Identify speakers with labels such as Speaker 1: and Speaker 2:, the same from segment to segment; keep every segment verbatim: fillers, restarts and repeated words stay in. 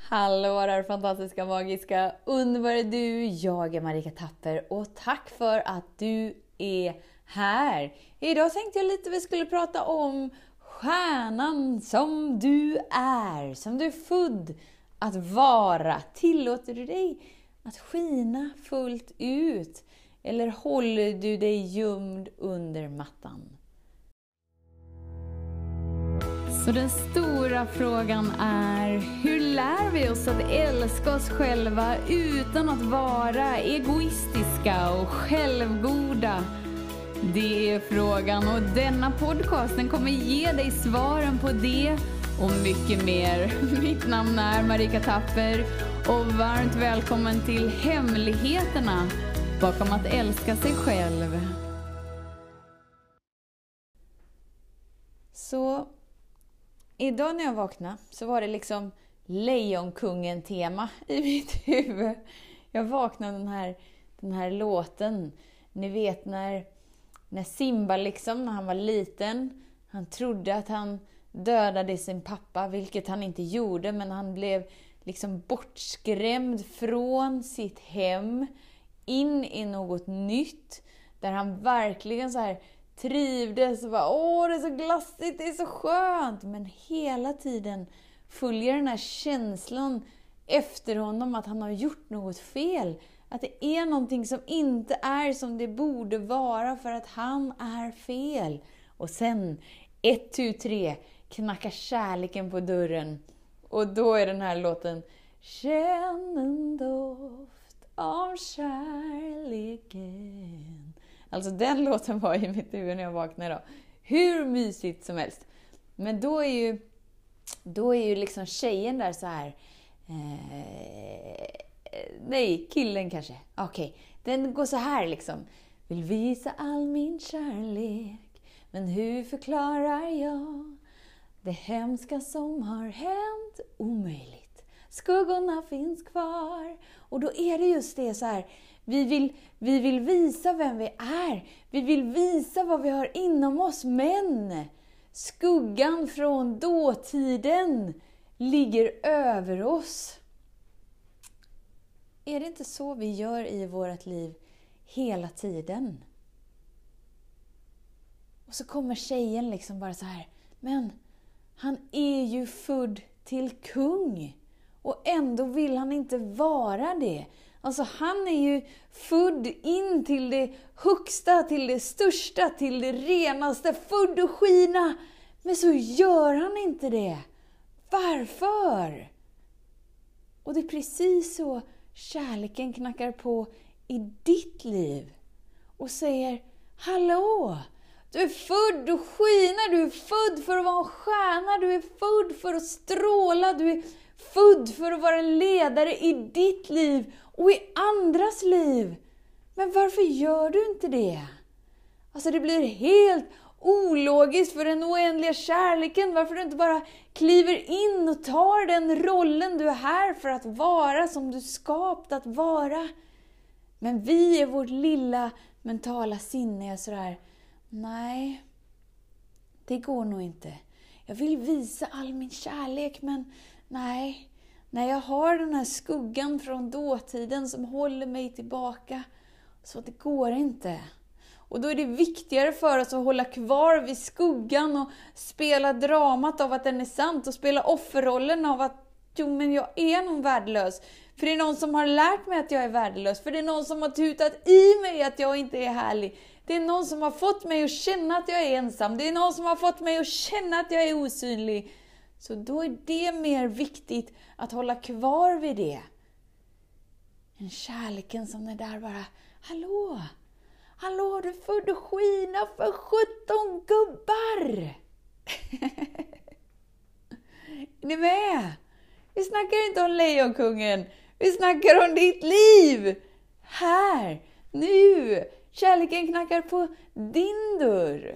Speaker 1: Hallå där fantastiska, magiska, underbara du, jag är Marika Tapper och tack för att du är här. Idag tänkte jag lite vi skulle prata om stjärnan som du är, som du är född att vara. Tillåter du dig att skina fullt ut eller håller du dig gömd under mattan? Så den stora frågan är, hur lär vi oss att älska oss själva utan att vara egoistiska och självgoda? Det är frågan och denna podcast den kommer ge dig svaren på det och mycket mer. Mitt namn är Marika Tapper och varmt välkommen till hemligheterna bakom att älska sig själv. Så idag när jag vaknade så var det liksom Lejonkungen-tema i mitt huvud. Jag vaknade den här, den här låten. Ni vet när, när Simba liksom, när han var liten, han trodde att han dödade sin pappa, vilket han inte gjorde, men han blev liksom bortskrämd från sitt hem in i något nytt, där han verkligen så här trivdes och bara, åh det är så glassigt, det är så skönt. Men hela tiden följer den här känslan efter honom att han har gjort något fel. Att det är någonting som inte är som det borde vara för att han är fel. Och sen, ett, tu, tre, knackar kärleken på dörren. Och då är den här låten, känn en doft av kärleken. Alltså den låten var i mitt huvud när jag vaknade idag. Hur mysigt som helst. Men då är ju, då är ju liksom tjejen där så här. Eh, nej, killen kanske. Okej, okay. Den går så här liksom. Vill visa all min kärlek. Men hur förklarar jag det hemska som har hänt? Omöjligt. Skuggorna finns kvar. Och då är det just det så här. Vi vill, vi vill visa vem vi är. Vi vill visa vad vi har inom oss. Men skuggan från dåtiden ligger över oss. Är det inte så vi gör i vårt liv hela tiden? Och så kommer tjejen liksom bara så här. Men han är ju född till kung. Och ändå vill han inte vara det. Alltså han är ju född in till det högsta, till det största, till det renaste, född och skina. Men så gör han inte det. Varför? Och det är precis så kärleken knackar på i ditt liv. Och säger, hallå, du är född och skina, du är född för att vara en stjärna, du är född för att stråla, du är född för att vara en ledare i ditt liv och i andras liv. Men varför gör du inte det? Alltså det blir helt ologiskt för den oändliga kärleken. Varför du inte bara kliver in och tar den rollen du är här för att vara som du skapat att vara. Men vi är vårt lilla mentala sinne är sådär. Nej, det går nog inte. Jag vill visa all min kärlek men nej. När jag har den här skuggan från dåtiden som håller mig tillbaka. Så det går inte. Och då är det viktigare för oss att hålla kvar vid skuggan och spela dramat av att den är sant. Och spela offerrollen av att jo, men jag är nog värdelös. För det är någon som har lärt mig att jag är värdelös. För det är någon som har tutat i mig att jag inte är härlig. Det är någon som har fått mig att känna att jag är ensam. Det är någon som har fått mig att känna att jag är osynlig. Så då är det mer viktigt att hålla kvar vid det. En kärleken som är där bara, hallå, hallå du är född och skina för sjutton gubbar. Är ni med? Vi snackar inte om Lejonkungen, vi snackar om ditt liv. Här, nu, kärleken knackar på din dörr.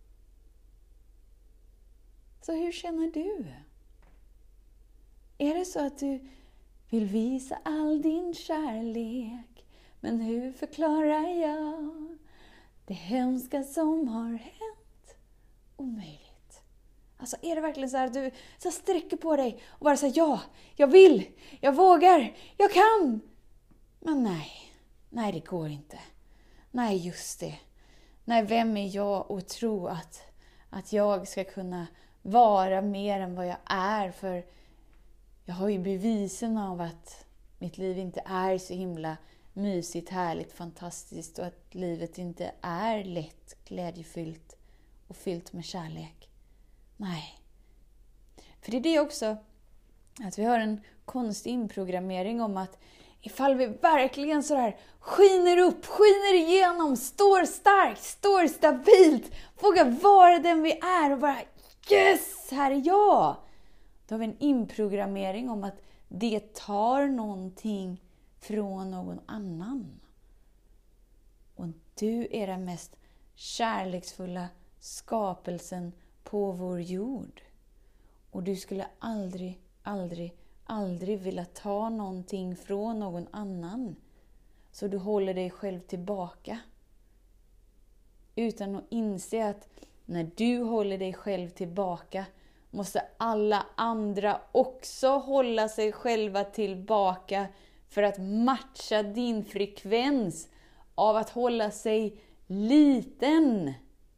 Speaker 1: Så hur känner du? Är det så att du vill visa all din kärlek? Men hur förklarar jag det hemska som har hänt? Omöjligt. Alltså är det verkligen så här att du så sträcker på dig och bara säger ja, jag vill, jag vågar, jag kan. Men nej, nej det går inte. Nej just det. Nej, vem är jag att tro att, att jag ska kunna vara mer än vad jag är? För jag har ju bevisen av att mitt liv inte är så himla mysigt, härligt, fantastiskt. Och att livet inte är lätt, glädjefyllt och fyllt med kärlek. Nej. För det är det också, att vi har en konstig inprogrammering om att ifall vi verkligen så här skiner upp, skiner igenom, står starkt, står stabilt, vågar vara den vi är och bara yes, här är jag. Då har vi en inprogrammering om att det tar någonting från någon annan. Och du är den mest kärleksfulla skapelsen på vår jord. Och du skulle aldrig, aldrig, aldrig vilja ta någonting från någon annan. Så du håller dig själv tillbaka. Utan att inse att när du håller dig själv tillbaka måste alla andra också hålla sig själva tillbaka för att matcha din frekvens av att hålla sig liten.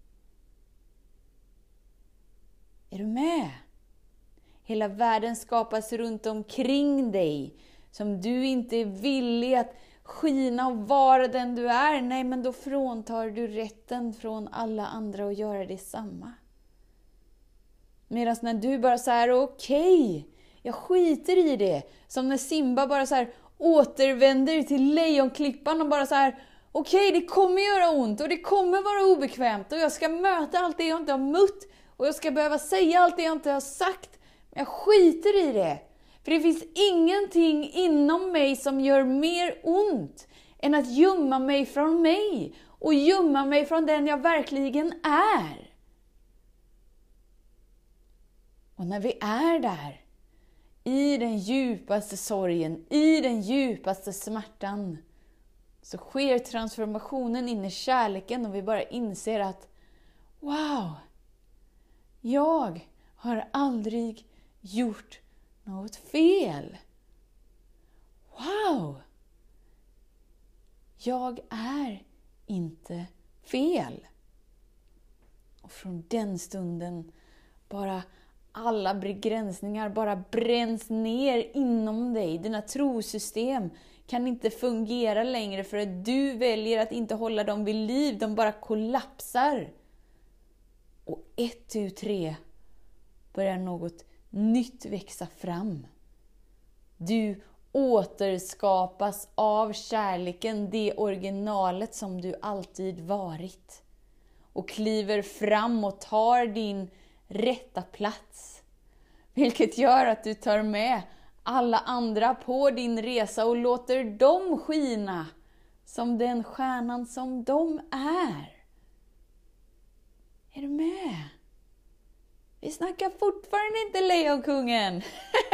Speaker 1: Är du med? Hela världen skapas runt omkring dig. Som du inte är villig att skina och vara den du är. Nej, men då fråntar du rätten från alla andra att göra detsamma. Medan när du bara säger okej, okay, jag skiter i det. Som när Simba bara så här återvänder till lejonklippan och bara så här okej, okay, det kommer göra ont och det kommer vara obekvämt. Och jag ska möta allt det jag inte har mött. Och jag ska behöva säga allt det jag inte har sagt. Men jag skiter i det. För det finns ingenting inom mig som gör mer ont än att gömma mig från mig. Och gömma mig från den jag verkligen är. Och när vi är där, i den djupaste sorgen, i den djupaste smärtan, så sker transformationen in i kärleken och vi bara inser att wow, jag har aldrig gjort något fel. Wow! Jag är inte fel. Och från den stunden bara alla begränsningar bara bränns ner inom dig. Dina trosystem kan inte fungera längre för att du väljer att inte hålla dem vid liv. De bara kollapsar. Och ett, tu, tre börjar något nytt växa fram. Du återskapas av kärleken, det originalet som du alltid varit. Och kliver fram och tar din rätta plats. Vilket gör att du tar med alla andra på din resa och låter dem skina som den stjärnan som de är. Är du med? Vi snackar fortfarande inte Lejonkungen.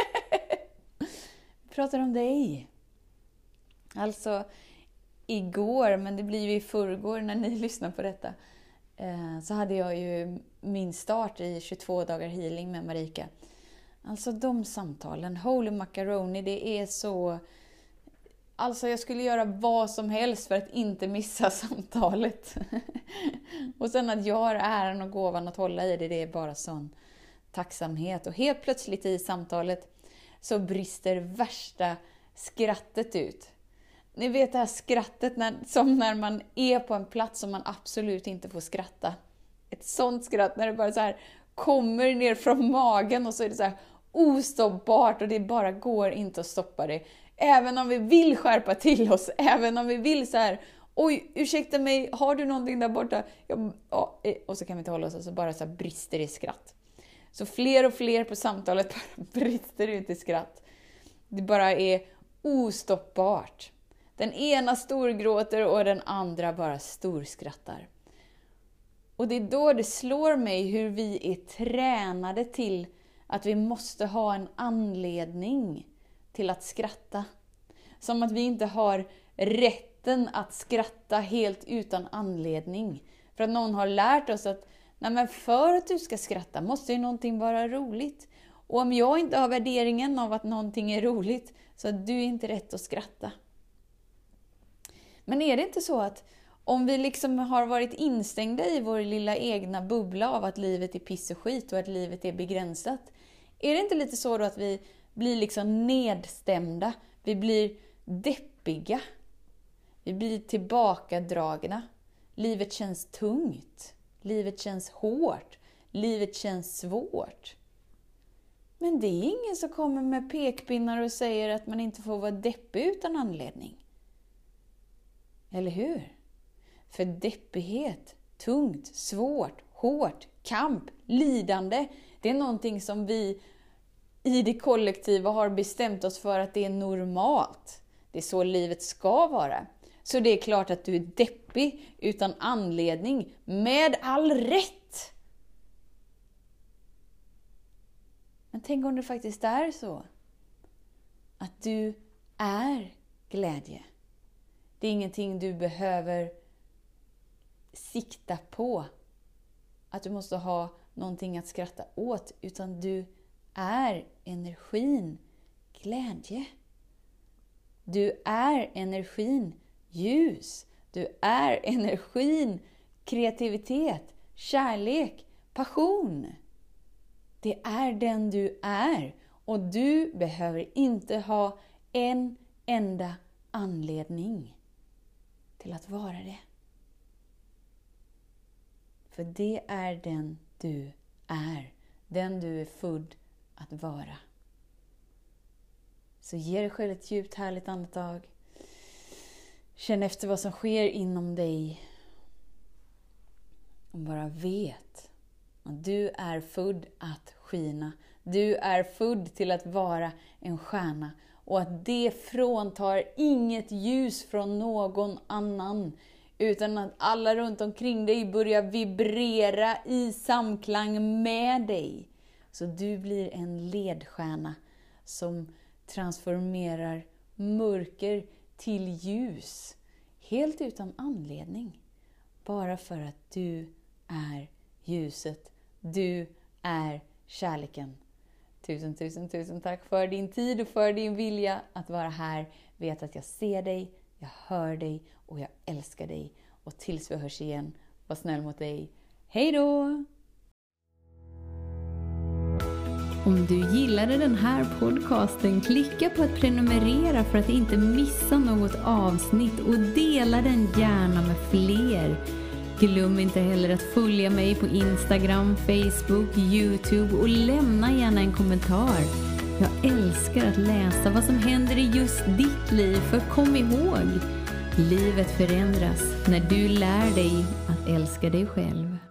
Speaker 1: Vi pratar om dig. Alltså igår, men det blir ju i förrgår när ni lyssnar på detta, så hade jag ju min start i tjugotvå dagar healing med Marika. Alltså de samtalen, holy macaroni, det är så... Alltså jag skulle göra vad som helst för att inte missa samtalet. Och sen att jag har äran och gåvan att hålla i det, det är bara sån tacksamhet. Och helt plötsligt i samtalet så brister värsta skrattet ut. Ni vet det här skrattet när, som när man är på en plats som man absolut inte får skratta. Ett sånt skratt när det bara så här kommer ner från magen och så är det så här ostoppbart och det bara går inte att stoppa det. Även om vi vill skärpa till oss, även om vi vill så här, oj, ursäkta mig, har du någonting där borta? Jag, ja, och så kan vi inte hålla oss och så bara så här brister i skratt. Så fler och fler på samtalet bara brister ut i skratt. Det bara är ostoppbart. Den ena storgråter och den andra bara storskrattar. Och det är då det slår mig hur vi är tränade till att vi måste ha en anledning till att skratta. Som att vi inte har rätten att skratta helt utan anledning. För att någon har lärt oss att Nej, men för att du ska skratta måste ju någonting vara roligt. Och om jag inte har värderingen av att någonting är roligt, så har du inte rätt att skratta. Men är det inte så att om vi liksom har varit instängda i vår lilla egna bubbla av att livet är piss och skit och att livet är begränsat, är det inte lite så då att vi blir liksom nedstämda, vi blir deppiga, vi blir tillbakadragna, livet känns tungt, livet känns hårt, livet känns svårt. Men det är ingen som kommer med pekpinnar och säger att man inte får vara deppig utan anledning. Eller hur? För deppighet, tungt, svårt, hårt, kamp, lidande, det är någonting som vi i det kollektiva har bestämt oss för att det är normalt. Det är så livet ska vara. Så det är klart att du är deppig utan anledning, med all rätt. Men tänk om det faktiskt är så att du är glädje. Det är ingenting du behöver sikta på. Att du måste ha någonting att skratta åt. Utan du är energin glädje. Du är energin ljus. Du är energin kreativitet, kärlek, passion. Det är den du är. Och du behöver inte ha en enda anledning till att vara det. För det är den du är. Den du är född att vara. Så ge dig själv ett djupt härligt andetag. Känn efter vad som sker inom dig. Och bara vet att du är född att skina. Du är född till att vara en stjärna. Och att det fråntar inget ljus från någon annan. Utan att alla runt omkring dig börjar vibrera i samklang med dig. Så du blir en ledstjärna som transformerar mörker till ljus. Helt utan anledning. Bara för att du är ljuset. Du är kärleken. Tusen, tusen, tusen tack för din tid och för din vilja att vara här. Vet att jag ser dig, jag hör dig och jag älskar dig. Och tills vi hörs igen, var snäll mot dig. Hej då!
Speaker 2: Om du gillade den här podcasten, klicka på att prenumerera för att inte missa något avsnitt och dela den gärna med fler. Glöm inte heller att följa mig på Instagram, Facebook, YouTube och lämna gärna en kommentar. Jag älskar att läsa vad som händer i just ditt liv, för kom ihåg, livet förändras när du lär dig att älska dig själv.